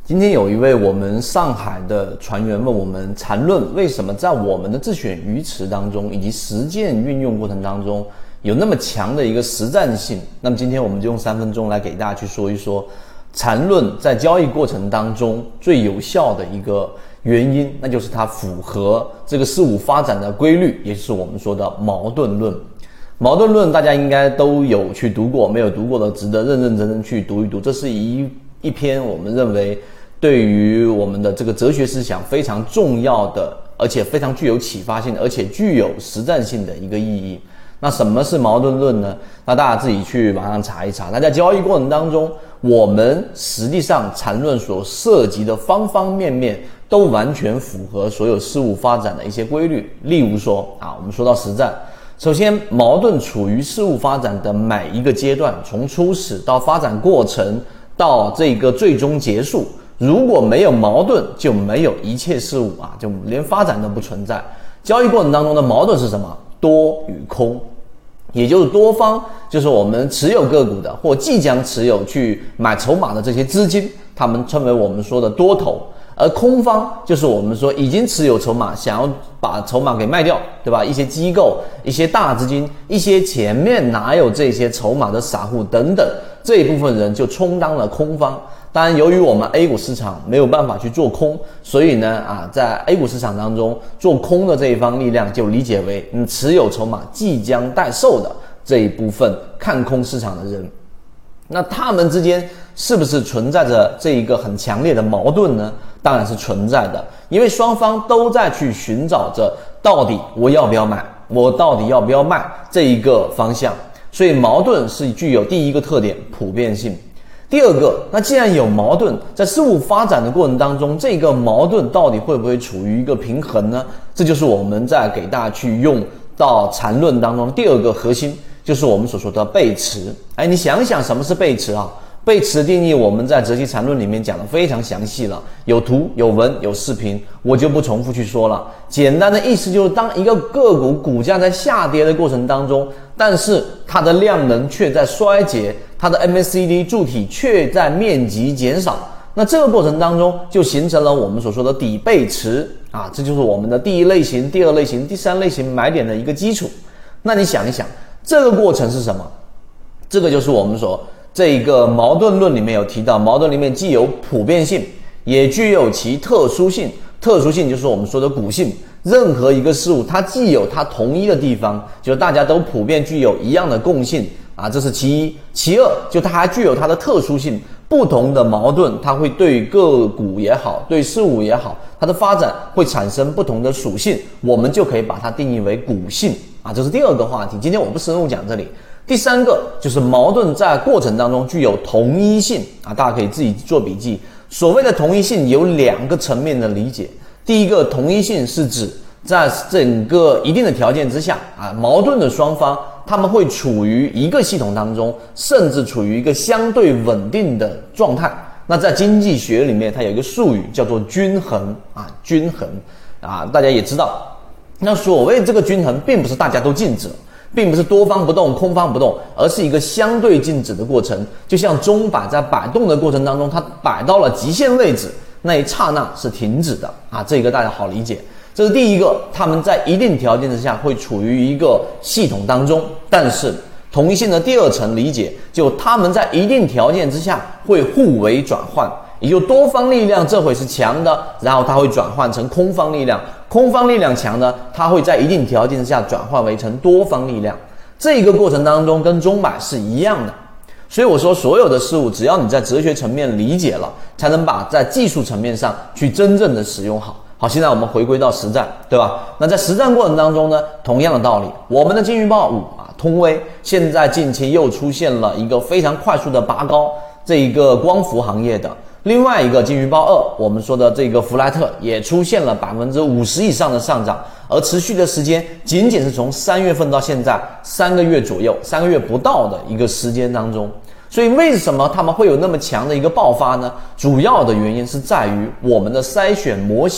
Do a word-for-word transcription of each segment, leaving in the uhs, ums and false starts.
今天有一位我们上海的船员问我们缠论为什么在我们的自选鱼池当中以及实践运用过程当中有那么强的一个实战性。那么今天我们就用三分钟来给大家去说一说缠论在交易过程当中最有效的一个原因，那就是它符合这个事物发展的规律，也就是我们说的矛盾论。矛盾论大家应该都有去读过，没有读过的值得认认真真去读一读。这是一一篇我们认为对于我们的这个哲学思想非常重要的，而且非常具有启发性，而且具有实战性的一个意义。那什么是矛盾论呢？那大家自己去网上查一查。那在交易过程当中，我们实际上缠论所涉及的方方面面都完全符合所有事物发展的一些规律。例如说啊，我们说到实战，首先矛盾处于事物发展的每一个阶段，从初始到发展过程到这个最终结束，如果没有矛盾，就没有一切事物啊，就连发展都不存在。交易过程当中的矛盾是什么？多与空，也就是多方，就是我们持有个股的或即将持有去买筹码的这些资金，他们称为我们说的多头。而空方就是我们说已经持有筹码，想要把筹码给卖掉，对吧？一些机构、一些大资金、一些前面哪有这些筹码的散户等等，这一部分人就充当了空方。当然由于我们 A 股市场没有办法去做空，所以呢啊，在 A 股市场当中做空的这一方力量就理解为你持有筹码即将待售的这一部分看空市场的人。那他们之间是不是存在着这一个很强烈的矛盾呢？当然是存在的，因为双方都在去寻找着到底我要不要买，我到底要不要卖这一个方向。所以矛盾是具有第一个特点，普遍性。第二个，那既然有矛盾，在事物发展的过程当中，这个矛盾到底会不会处于一个平衡呢？这就是我们在给大家去用到缠论当中第二个核心，就是我们所说的背驰。哎，你想想什么是背驰啊？背驰的定义我们在哲学缠论里面讲的非常详细了，有图有文有视频，我就不重复去说了。简单的意思就是当一个个股股价在下跌的过程当中，但是它的量能却在衰竭，它的 M A C D 柱体却在面积减少，那这个过程当中就形成了我们所说的底背驰啊，这就是我们的第一类型、第二类型、第三类型买点的一个基础。那你想一想，这个过程是什么？这个就是我们所这个矛盾论里面有提到，矛盾里面既有普遍性，也具有其特殊性。特殊性就是我们说的股性，任何一个事物它既有它同一的地方，就是大家都普遍具有一样的共性啊，这是其一。其二，就它还具有它的特殊性，不同的矛盾它会对个股也好，对事物也好，它的发展会产生不同的属性，我们就可以把它定义为股性啊，这是第二个话题。今天我不深入讲这里。第三个就是矛盾在过程当中具有同一性啊，大家可以自己做笔记。所谓的同一性有两个层面的理解。第一个同一性是指在整个一定的条件之下啊，矛盾的双方他们会处于一个系统当中，甚至处于一个相对稳定的状态。那在经济学里面它有一个术语叫做均衡啊，均衡啊，大家也知道。那所谓这个均衡并不是大家都静止，并不是多方不动空方不动，而是一个相对静止的过程。就像钟摆在摆动的过程当中，它摆到了极限位置，那一刹那是停止的啊，这个大家好理解。这是第一个，他们在一定条件之下会处于一个系统当中。但是同一性的第二层理解，就他们在一定条件之下会互为转换，也就多方力量这会是强的，然后它会转换成空方力量，空方力量强的，它会在一定条件之下转换为成多方力量。这个过程当中跟钟摆是一样的。所以我说所有的事物只要你在哲学层面理解了，才能把在技术层面上去真正的使用好。好，现在我们回归到实战，对吧？那在实战过程当中呢，同样的道理，我们的金鱼报五啊，通威现在近期又出现了一个非常快速的拔高，这一个光伏行业的。另外一个金鱼报二，我们说的这个弗莱特也出现了 百分之五十 以上的上涨，而持续的时间仅仅是从三月份到现在三个月左右，三个月不到的一个时间当中。所以为什么他们会有那么强的一个爆发呢？主要的原因是在于我们的筛选模型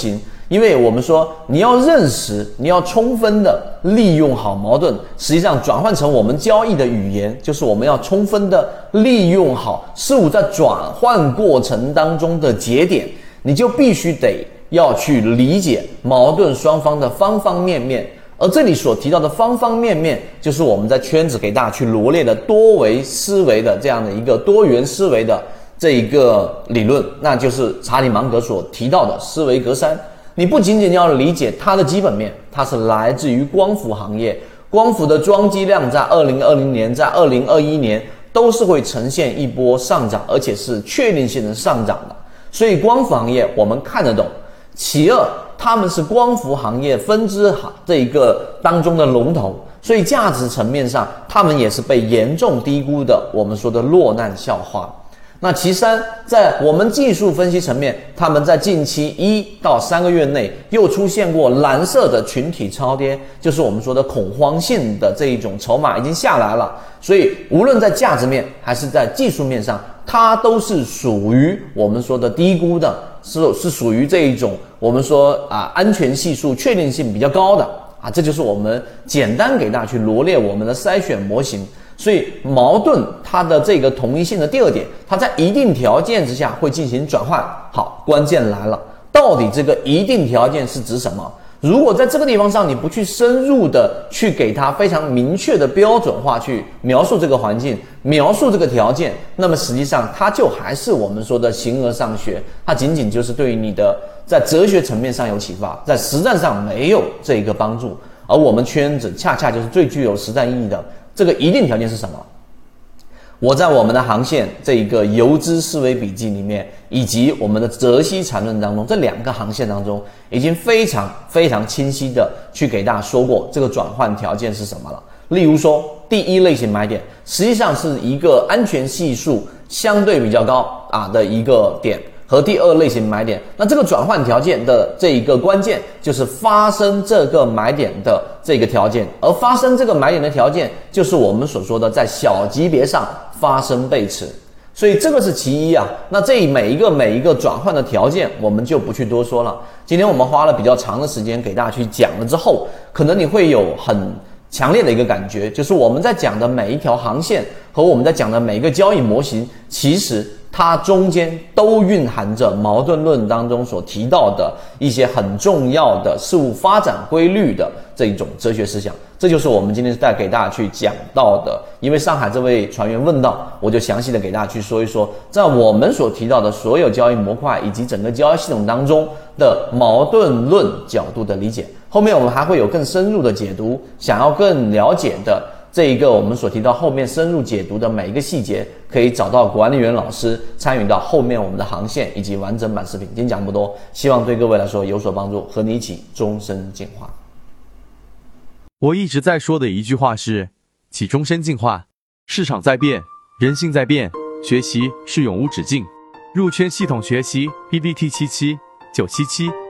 因为我们说你要认识，你要充分的利用好矛盾，实际上转换成我们交易的语言，就是我们要充分的利用好事物在转换过程当中的节点，你就必须得要去理解矛盾双方的方方面面。而这里所提到的方方面面，就是我们在圈子给大家去罗列的多维思维的这样的一个多元思维的这一个理论，那就是查理芒格所提到的思维格栅。你不仅仅要理解它的基本面，它是来自于光伏行业，光伏的装机量在二零二零年，在二零二一年都是会呈现一波上涨，而且是确定性的上涨的。所以光伏行业我们看得懂。其二，他们是光伏行业分支这一个当中的龙头，所以价值层面上他们也是被严重低估的，我们说的落难校花。那其三，在我们技术分析层面，他们在近期一到三个月内又出现过蓝色的群体超跌，就是我们说的恐慌性的这一种筹码已经下来了。所以无论在价值面还是在技术面上，它都是属于我们说的低估的，是是属于这一种我们说啊安全系数确定性比较高的啊。这就是我们简单给大家去罗列我们的筛选模型。所以矛盾它的这个统一性的第二点，它在一定条件之下会进行转换。好，关键来了，到底这个一定条件是指什么？如果在这个地方上你不去深入的去给它非常明确的标准化去描述这个环境，描述这个条件，那么实际上它就还是我们说的形而上学，它仅仅就是对于你的在哲学层面上有启发，在实战上没有这一个帮助。而我们圈子恰恰就是最具有实战意义的。这个一定条件是什么？我在我们的航线这一个游资思维笔记里面，以及我们的泽西缠论当中，这两个航线当中，已经非常非常清晰的去给大家说过这个转换条件是什么了。例如说，第一类型买点实际上是一个安全系数相对比较高啊的一个点。和第二类型买点，那这个转换条件的这一个关键就是发生这个买点的这个条件，而发生这个买点的条件就是我们所说的在小级别上发生背驰，所以这个是其一啊。那这每一个每一个转换的条件我们就不去多说了。今天我们花了比较长的时间给大家去讲了之后，可能你会有很强烈的一个感觉，就是我们在讲的每一条航线和我们在讲的每一个交易模型，其实它中间都蕴含着矛盾论当中所提到的一些很重要的事物发展规律的这一种哲学思想。这就是我们今天带给大家去讲到的。因为上海这位船员问到，我就详细的给大家去说一说，在我们所提到的所有交易模块以及整个交易系统当中的矛盾论角度的理解。后面我们还会有更深入的解读，想要更了解的这一个我们所提到后面深入解读的每一个细节，可以找到管理员老师参与到后面我们的航线以及完整版视频。今天讲不多，希望对各位来说有所帮助，和你一起终身进化。 我一直在说的一句话是起终身进化。市场在变，人性在变，学习是永无止境。入圈系统学习 P P T 七七九七七。